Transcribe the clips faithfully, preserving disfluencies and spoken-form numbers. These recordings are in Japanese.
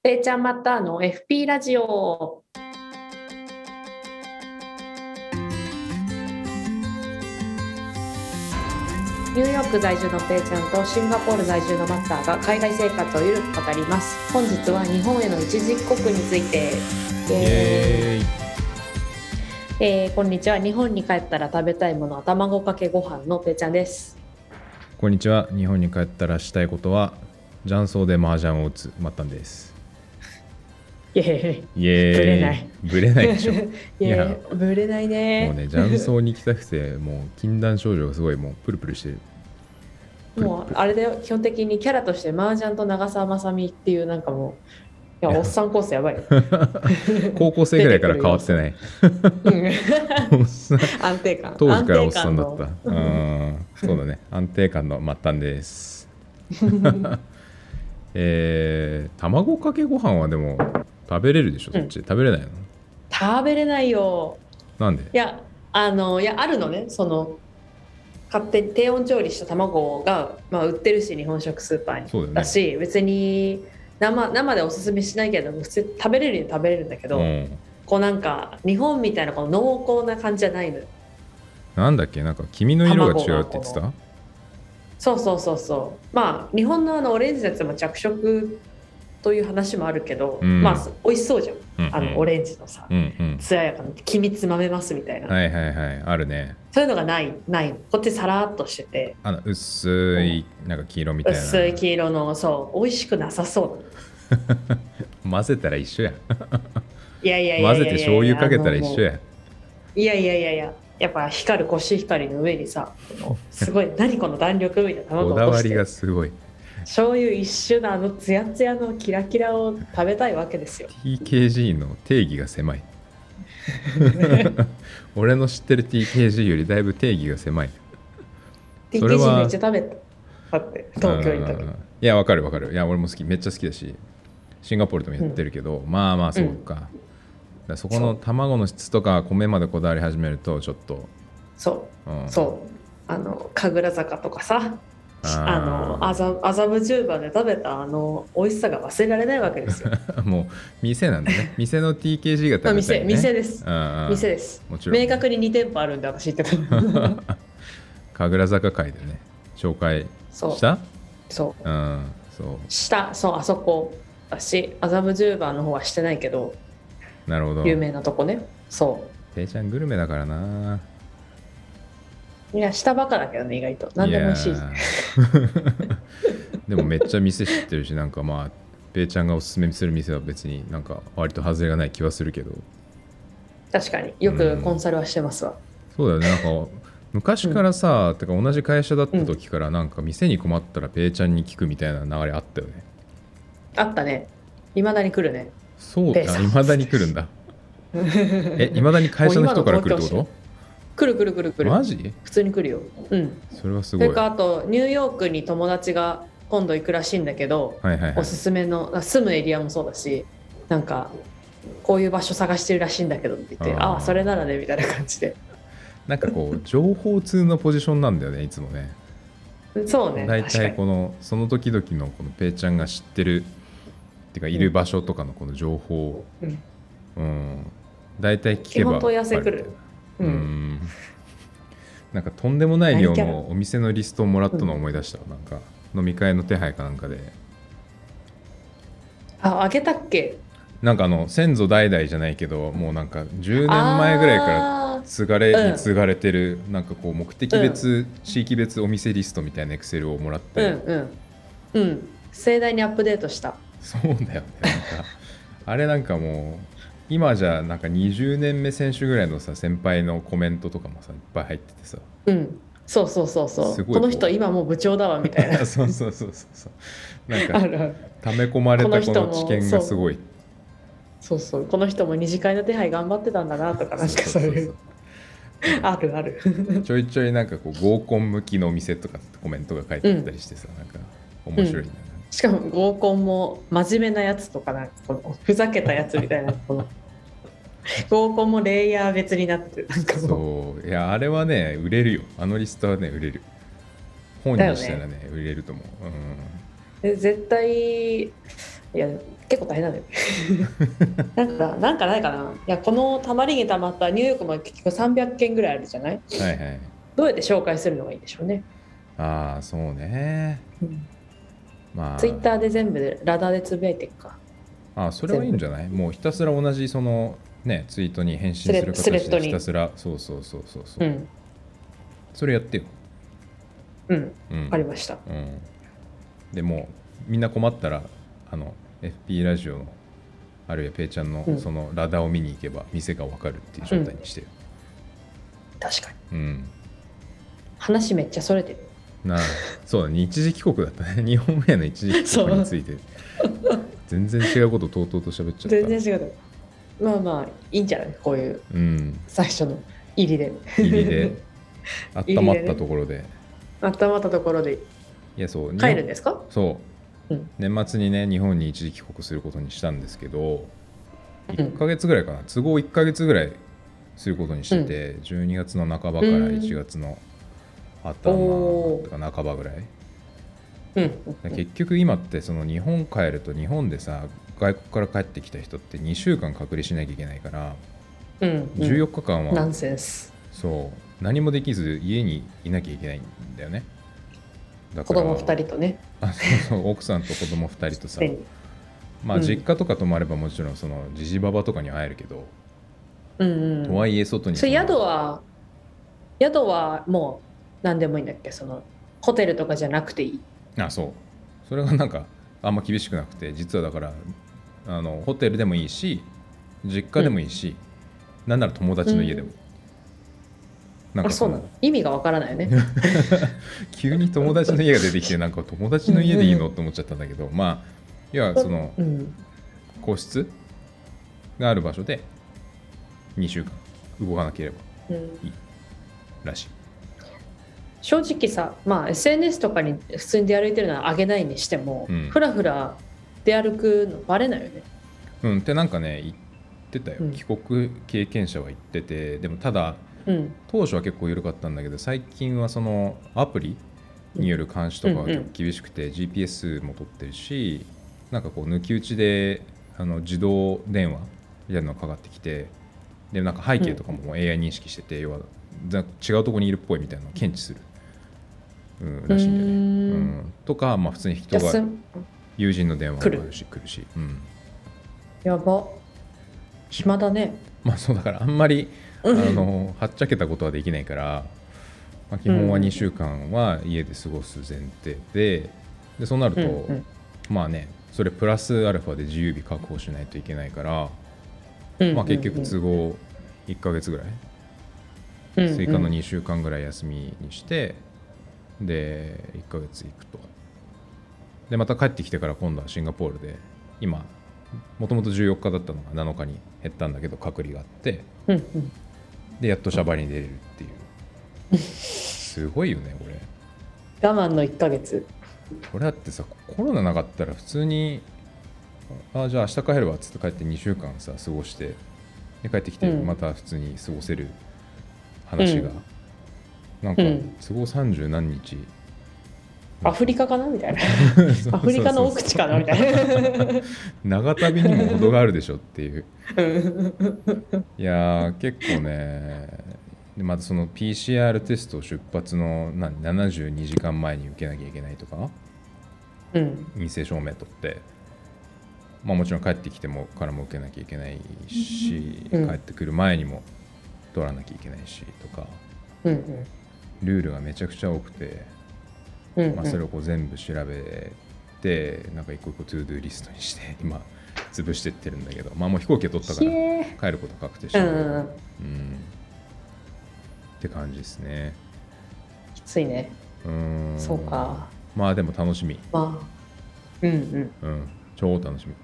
ペイちゃんまたの エフピー ラジオ。ニューヨーク在住のペイちゃんとシンガポール在住のマッターが海外生活をゆるく語ります。本日は日本への一時帰国について。 イエーイ。 えー、こんにちは。日本に帰ったら食べたいものは卵かけご飯のペイちゃんです。 こんにちは。日本に帰ったらしたいことは雀荘で麻雀を打つマッタンです。 イエーイ。 イエーイ。 ぶれない。 ぶれないでしょ。 いや、ぶれないね。 もうね、雀荘に行きたくて、もう禁断症状がすごいもうプルプルしてる。 もうあれだよ、基本的にキャラとして麻雀と長澤まさみっていうなんかもう、いや、おっさんコースやばいよ。 高校生ぐらいから変わってない。 安定感。 当時からおっさんだった。うん、そうだね。安定感の末端です。えー、卵かけご飯はでも食べれるでしょ、そっち。うん、食べれないの？ 食べれないよ。 なんで？ いや、あの、いや、あるのね。その勝手に低温調理した卵が、まあ、売ってるし、日本食スーパーに。 そうだよね。 だし、別に生、生でおすすめしないけど、普通食べれるに食べれるんだけど、うん、こうなんか日本みたいなこの濃厚な感じじゃないのよ。 なんだっけ、なんか黄身の色が違うって言ってた？ そうそうそうそう。まあ日本のあのオレンジのやつも着色という話もあるけど、うん、まあ美味しそうじゃん、うんうん、あのオレンジのさ、うんうん、艶やかな黄身つまめますみたいな、 はいはいはい、あるね。 そういうのがないないこっちさらっとしてて、 あの薄いなんか黄色みたいな、 薄い黄色の、そう美味しくなさそう混ぜたら一緒やいやいやいやいやいや、 混ぜて醤油かけたら一緒や。 いやいやいやいや、やっぱ光るコシヒカリの上にさ、すごい何この弾力みたいな卵を落として、 こだわりがすごい。 醤油一瞬のあのツヤツヤのキラキラを食べたいわけですよ。 ティーケージー の定義が狭い俺の知ってる ティーケージー よりだいぶ定義が狭い。 ティーケージー めっちゃ食べたって東京にいた時。いやわかるわかる。いや俺も好き、めっちゃ好きだし、シンガポールでもやってるけど、うん、まあまあそうか、うん、だそこの卵の質とか米までこだわり始めるとちょっとそう、うん、そうあの神楽坂とかさ、あの麻布十番で食べたあの美味しさが忘れられないわけですよもう店なんだね。店の ティーケージー が食べたい、ね、 店, 店です店です。もちろん明確にに店舗あるんで私言ってた神楽坂会でね紹介したそう、 うん、 そうしたそうあそこだし、麻布十番の方はしてないけど、 なるほど、 有名なとこね。そうペイちゃんグルメだからな。 いや下バカだけどね、意外と何でも美味しいでもめっちゃ店知ってるし、なんかまあペイちゃんがおすすめする店は別になんか割と外れがない気はするけど。 確かによくコンサルはしてますわ、 うん、そうだよね。なんか昔からさ、うん、てか同じ会社だった時からなんか店に困ったらペイちゃんに聞くみたいな流れあったよね。 あったね。いまだに来るね。 そうだ、いまだに来るんだえ、いまだに会社の人から来るってこと？ 来る来る来る来る。 マジ？ 普通に来るよ。うん。 それはすごい。 それかあとニューヨークに友達が今度行くらしいんだけど、はいはいはい、おすすめの住むエリアもそうだし、なんかこういう場所探してるらしいんだけどって言って、ああそれならねみたいな感じで。 なんかこう情報通のポジションなんだよね、いつもね。 そうね。 だいたいこのその時々のこのペイちゃんが知ってるっていうかいる場所とかのこの情報、うんうん、だいたい聞けば基本問い合わせ来る。 うん、うんなんかとんでもない量のお店のリストをもらったのを思い出した、うん、なんか飲み会の手配かなんかで。 あ、あげたっけ？ なんかあの先祖代々じゃないけど、もうなんかじゅうねんまえぐらいから継がれに継がれてる、うん、なんかこう目的別、うん、地域別お店リストみたいなエクセルをもらって、 うんうんうん、盛大にアップデートした。 そうだよね。なんかあれなんかもう今じゃなんかにじゅうねんめ選手ぐらいのさ先輩のコメントとかもさいっぱい入っててさ、 うんそうそうそうそう、この人今もう部長だわみたいなそうそうそうそうなんか溜め込まれたこの知見がすごい。 そうそう、この人も二次会の手配頑張ってたんだなとか、なんかそういうあるあるちょいちょいなんかこう合コン向きのお店とかコメントが書いてあったりしてさ、うん、なんか面白いね、 うんしかも合コンも真面目なやつとか、なんかこのふざけたやつみたいなこの合コンもレイヤー別になってる。なんかもうそういやあれはね売れるよ。あのリストはね売れる。本にしたら ね, ね売れると思う、うん、 で絶対いや結構大変なんだよなんかなんかないかな。いやこのたまりにたまったニューヨークも結局さんびゃっけんぐらいあるじゃない。 はいはい。 どうやって紹介するのがいいでしょうね。 ああ、そうね。 うん、 まあ、 ツイッターで全部ラダーでつぶやいていくか。 ああ、それはいいんじゃない？もうひたすら同じそのね、ツイートに返信するスレッドに。 形でひたすら、そうそうそうそうそう。 うん。 それやってよ。 うん。 うん。 ありました。 うん。でもうみんな困ったら、あの、エフピー ラジオの、あるいはペイちゃんのうん、 そのラダを見に行けば店がわかるっていう状態にしてる。 うん、確かに。 うん。 話めっちゃそれてる。 なあ、そうだね、一時帰国だったね。日本への一時帰国について。全然違うことをとうとうと喋っちゃった。 全然違う。まあまあ、いいんじゃない、こういう最初の入りで。 入りで。温まったところで。 温まったところで。 いや、そう。 帰るんですか？ そう、 うん、 年末にね、日本に一時帰国することにしたんですけど、いっかげつぐらいかな、都合いっかげつぐらいすることにしてて、うん、じゅうにがつの半ばからいちがつの頭とか半ばぐらい。うん、結局今ってその日本帰ると、日本でさ、外国から帰ってきた人ってにしゅうかん隔離しなきゃいけないから、 うん、 じゅうよっかかんはナンセンス。 そう何もできず家にいなきゃいけないんだよね。 だから子供ふたりとね。 あ、そうそう、奥さんと子供ふたりとさ、まあ実家とか泊まればもちろんそのジジババとかに会えるけど、 うんうん、 とはいえ外にそれ宿は宿はもう何でもいいんだっけ？そのホテルとかじゃなくていい？ あ、そう、それがなんかあんま厳しくなくて、実はだからあのホテルでもいいし実家でもいいし、うん、なんなら友達の家でも、うん、 なんかそうなの、意味がわからないよね急に友達の家が出てきて、なんか友達の家でいいのって思っちゃったんだけど、まあ要はその、うん、個室がある場所でにしゅうかん動かなければいいらしい、うん、 正直さ、まあ エスエヌエス とかに普通に出歩いてるのはあげないにしても、うん、ふらふら出歩くのバレないよね。 うんってなんかね言ってたよ、うん、帰国経験者は言ってて、でもただ、うん、当初は結構緩かったんだけど、最近はそのアプリによる監視とかが結構厳しくて、うんうん、ジーピーエス も取ってるし、なんかこう抜き打ちであの自動電話みたいなのがかかってきて、でなんか背景とかも エーアイ 認識してて、うん、要は違うところにいるっぽいみたいなのを検知する、うん、らしいんだよね。うん、とか、まあ、普通に人が友人の電話もあるし来るし、うん、 やば、暇だね。 まあそうだからあんまりあのはっちゃけたことはできないから、まあ、基本はにしゅうかんは家で過ごす前提で、でそうなると、うんうん、まあねそれプラスアルファで自由日確保しないといけないから、うんうんうん、まあ、結局都合いっかげつぐらい、うんうん、追加のにしゅうかんぐらい休みにしてでいっかげつ行くと、でまた帰ってきてから今度はシンガポールで、今もともとじゅうよっかだったのがなのかに減ったんだけど隔離があって、うんうん、でやっとシャバに出れるっていうすごいよねこれ。 我慢のいっかげつ。 これだってさ、コロナなかったら普通にあじゃあ明日帰るわっつって帰ってにしゅうかんさ過ごして、で帰ってきてまた普通に過ごせる話が、うん、なんか都合さんじゅう何日、 うん、アフリカかなみたいなアフリカの奥地かなみたいな長旅にも程があるでしょっていういやー結構ね、でまたその ピーシーアール テスト出発の何ななじゅうにじかんまえに受けなきゃいけないとか、うん、陰性証明取って、まあ、もちろん帰ってきてもからも受けなきゃいけないし、うん、帰ってくる前にも取らなきゃいけないしとか、うんうん、ルールがめちゃくちゃ多くて、うんうん、まあ、それをこう全部調べてなんか一個一個トゥードゥーリストにして今潰してってるんだけど、まあもう飛行機取ったから帰ること確定してる、うんうん、って感じですね。 きついね。うーん、そうか。 まあでも楽しみ。まあ、 うんうんうん、超楽しみ。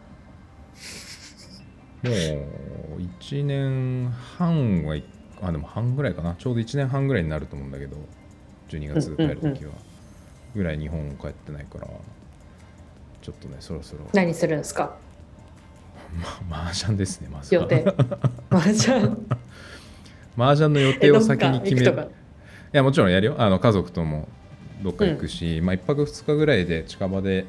もういちねんはんはあでも半ぐらいかな、ちょうどいちねんはんぐらいになると思うんだけど、じゅうにがつ帰るときは、うんうんうん、ぐらい日本帰ってないから、ちょっとねそろそろ。 何するんですか？ ま、麻雀ですね、まずは。 予定。麻雀。 麻雀の予定を先に決める。いやもちろんやるよ。あの家族ともどっか行くし、うん、まあいっぱくふつかぐらいで近場で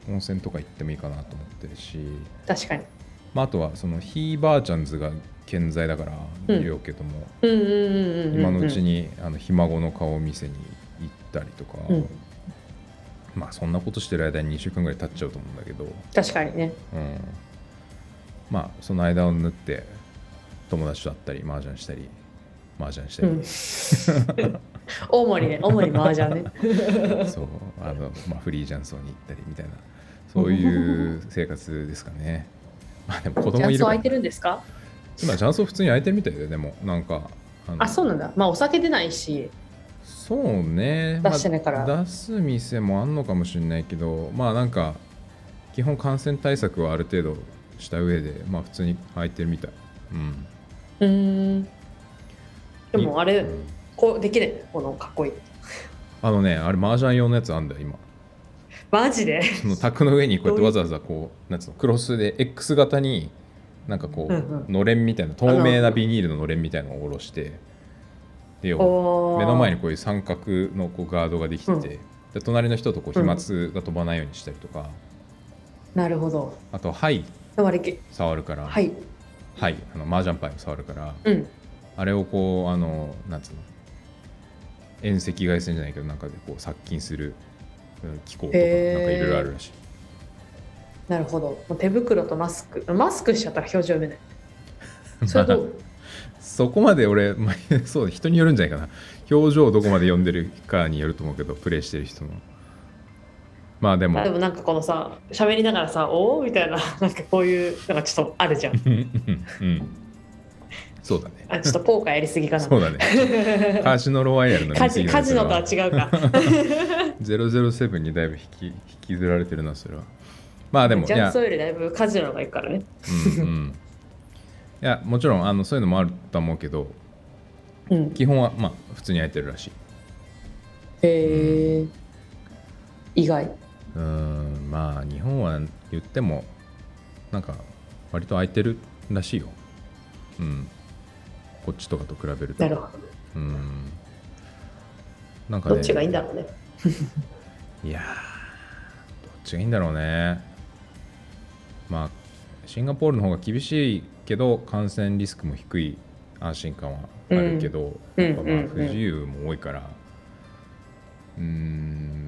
温泉とか行ってもいいかなと思ってるし、 確かに、 まあ、あとはそのひいばあちゃんズが健在だから見るよけども、今のうちにあのひ孫の顔を見せに行ったりとか、うん、まあそんなことしてる間ににしゅうかんぐらい経っちゃうと思うんだけど、 確かにね、 うん、まあその間を縫って友達と会ったり麻雀したり麻雀したり、うん、 主にね主に麻雀ねそうあの、まあ、フリージャンソーに行ったりみたいな、そういう生活ですかね。まあでも子供いるから。ジャンソー空いてるんですか？ 今ジャンソー普通に空いてるみたいで、でもなんかああ、そうなんだ。まあお酒出ないし、 そうね、 出してないから、 まあ、出す店もあんのかもしれないけど、まあなんか基本感染対策はある程度した上で、まあ普通に空いてるみたい。うんうーんでもあれ、うん、こうできないこのかっこいいあのね、あれ麻雀用のやつあんだよ今。 マジで？ その卓の上にこうやってわざわざこうなんつうのクロスで X 型になんかこう、うんうん、のれんみたいな透明なビニールののれんみたいなのを下ろして、で目の前にこういう三角のこうガードができてて、うん、で隣の人とこう飛沫が飛ばないようにしたりとか、 うん、なるほど。 あとはい触るから、 はいはいあの麻雀パイを触るから、 うん、 あれをこうあのなんつうの遠赤外線じゃないけどなんかでこう殺菌する機構とかなんかいろいろあるらしい。 なるほど。手袋とマスクマスクしちゃったら表情読めないそれどうそこまで俺、まあ、そう人によるんじゃないかな。表情をどこまで読んでるかによると思うけど、プレイしてる人のまあでもでもなんかこのさ喋りながらさおおみたいななんかこういうのがちょっとあるじゃんうん、そうだね。 あちょっとポーカーやりすぎかな。 そうだね。カジノロワイヤルのカジカジノとは違うかゼロゼロセブンにだいぶ引き引きずられてるなそれは。まあでもジャンソーよりだいぶカジノがいいからねうん、うん、いやもちろんあのそういうのもあると思うけど、 うん、 基本はまあ普通に空いてるらしい。 へえ、うん、意外。 うーんまあ日本は言ってもなんか割と空いてるらしいよ。うんこっちとかと比べると。 なるほど。 うんなんかね、 どっちがいいんだろうねいやどっちがいいんだろうね。まあシンガポールの方が厳しいけど感染リスクも低い安心感はあるけど、うん、やっぱまあ不自由も多いから、うん、うん、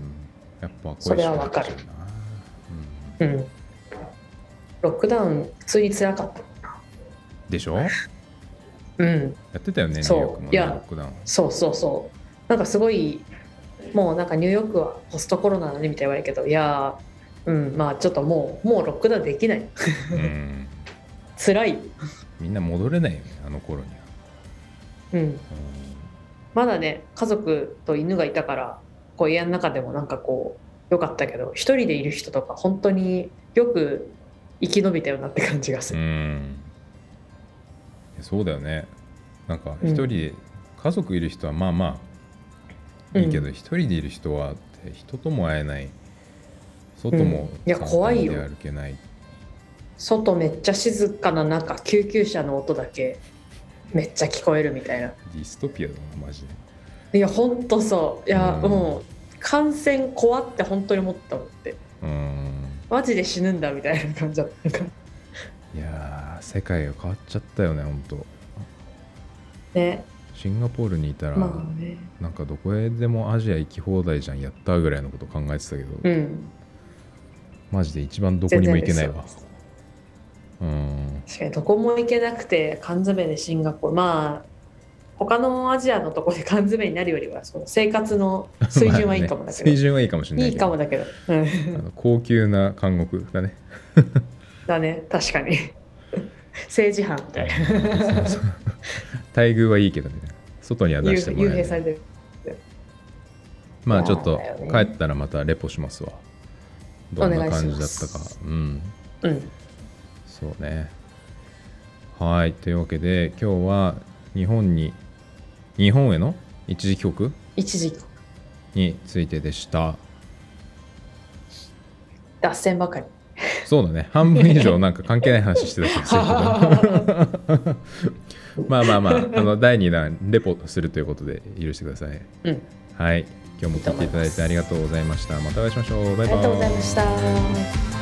やっぱそれはわかる、うん、うん、ロックダウン普通に辛かったでしょうん、 やってたよねニューヨークもね、ロックダウン。 そうそうそうなんかすごいもうなんかニューヨークはポストコロナのねみたいな言われるけど、いやうんまあちょっともうもうロックダウンできない、うん、辛い。 みんな戻れないよねあの頃には、 うん、うん、まだね家族と犬がいたからこう家の中でもなんかこうよかったけど、一人でいる人とか本当によく生き延びたよなって感じがする。 うんそうだよね。なんか一人で、うん、家族いる人はまあまあいいけど、一、うん、人でいる人は人とも会えない、外も簡単に歩けない、うん、 外めっちゃ静かな中救急車の音だけめっちゃ聞こえるみたいな。 ディストピアだなマジで。いやほんとそう。いや、うん、もう感染怖って本当に思ったもんって、うん、マジで死ぬんだみたいな感じだった。 いや世界が変わっちゃったよね本当ね。 シンガポールにいたら、まあね、なんかどこへでもアジア行き放題じゃんやったぐらいのこと考えてたけど、うん、マジで一番どこにも行けないわ。うん、 確かにどこも行けなくて缶詰でシンガポール、まあ他のアジアのところで缶詰になるよりはその生活の水準はいいかもだけど、 ね、水準はいいかもしれないけどいいかもだけど、 うん、あの高級な監獄だねだね確かに政治犯みたいなそうそう待遇はいいけどね外には出してもらえない。幽閉されてる。まあちょっと帰ったらまたレポしますわどんな感じだったか。うん、うん、そうね。はいというわけで今日は日本に日本への一時帰国一時帰国についてでした。 脱線ばかり。 そうだね半分以上なんか関係ない話してた気がするけどまあまあまああのだいにだんレポするということで許してください、 うん、 はい今日も聞いていただいてありがとうございました。またお会いしましょう。バイバイ。 ありがとうございました。